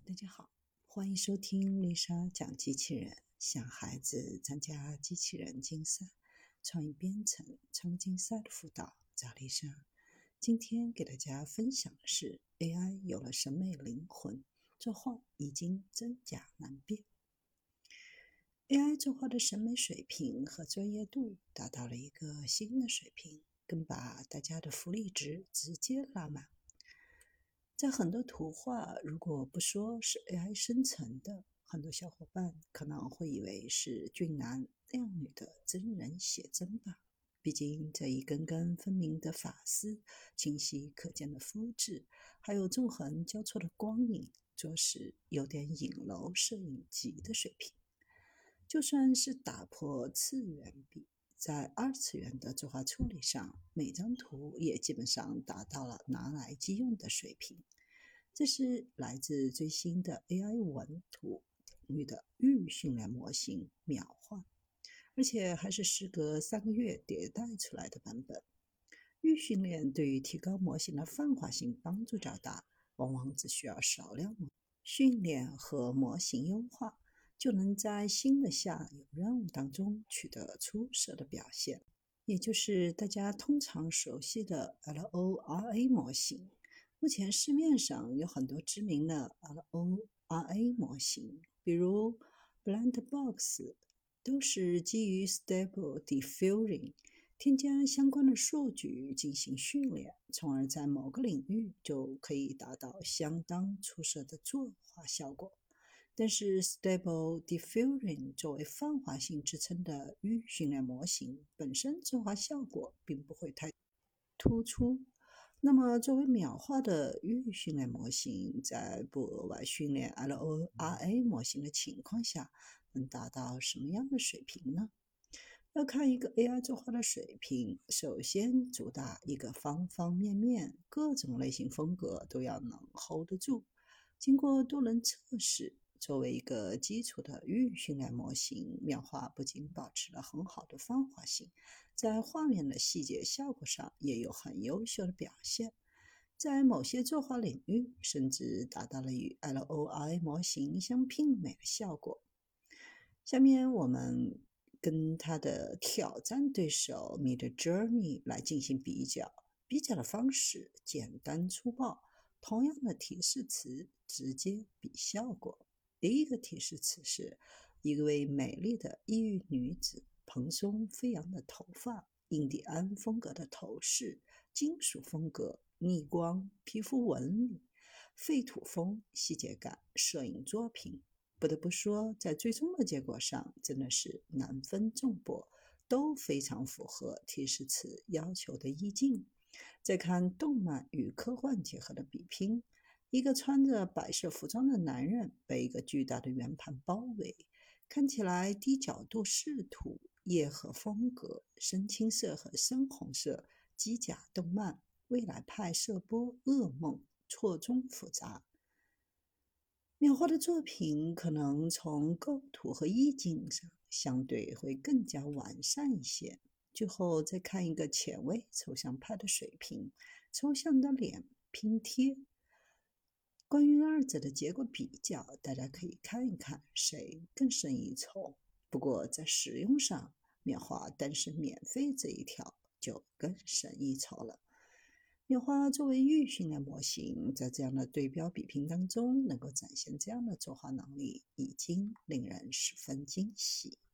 大家好，欢迎收听丽莎讲机器人，想孩子参加机器人竞赛、创意编程、创意竞赛的辅导，找丽莎。今天给大家分享的是 AI 有了审美灵魂，作画已经真假难辨。AI 作画的审美水平和专业度达到了一个新的水平，更把大家的福利值直接拉满。在很多图画，如果不说是 AI 生成的，很多小伙伴可能会以为是俊男靓女的真人写真吧。毕竟这一根根分明的发丝、清晰可见的肤质，还有纵横交错的光影，着实有点影楼摄影级的水平。就算是打破次元壁，在二次元的作画处理上，每张图也基本上达到了拿来即用的水平。这是来自最新的 AI 文图领域的预训练模型秒画，而且还是时隔3个月迭代出来的版本。预训练对于提高模型的泛化性帮助较大，往往只需要少量训练和模型优化，就能在新的下游任务当中取得出色的表现，也就是大家通常熟悉的 LORA 模型。目前市面上有很多知名的 LORA 模型，比如 BlendBox， 都是基于 Stable Diffusion 添加相关的数据进行训练，从而在某个领域就可以达到相当出色的作画效果。但是 Stable Diffusion 作为泛化性支撑的预训练模型，本身作画效果并不会太突出。那么作为秒画的预训练模型，在不额外训练 LORA 模型的情况下，能达到什么样的水平呢？要看一个 AI 作画的水平，首先主打一个方方面面、各种类型风格都要能 hold 得住。经过多轮测试，作为一个基础的预训练模型，秒画不仅保持了很好的泛化性，在画面的细节效果上也有很优秀的表现，在某些作画领域甚至达到了与 LORA 模型相媲美的效果。下面我们跟它的挑战对手 Midjourney 来进行比较，比较的方式简单粗暴，同样的提示词直接比效果。第一个提示词是一位美丽的异域女子，蓬松飞扬的头发，印第安风格的头饰，金属风格，逆光，皮肤纹理，废土风，细节感，摄影作品。不得不说，在最终的结果上真的是难分众驳，都非常符合提示词要求的意境。再看动漫与科幻结合的比拼，一个穿着白色服装的男人被一个巨大的圆盘包围，看起来低角度视图，叶和风格，深青色和深红色，机甲动漫，未来派色波噩梦，错综复杂。秒画的作品可能从构图和意境上相对会更加完善一些。最后再看一个前卫抽象派的水平，抽象的脸拼贴。关于二者的结果比较，大家可以看一看谁更胜一筹。不过在使用上，秒画但是免费这一条就更胜一筹了。秒画作为预训练模型，在这样的对标比拼当中，能够展现这样的作画能力，已经令人十分惊喜。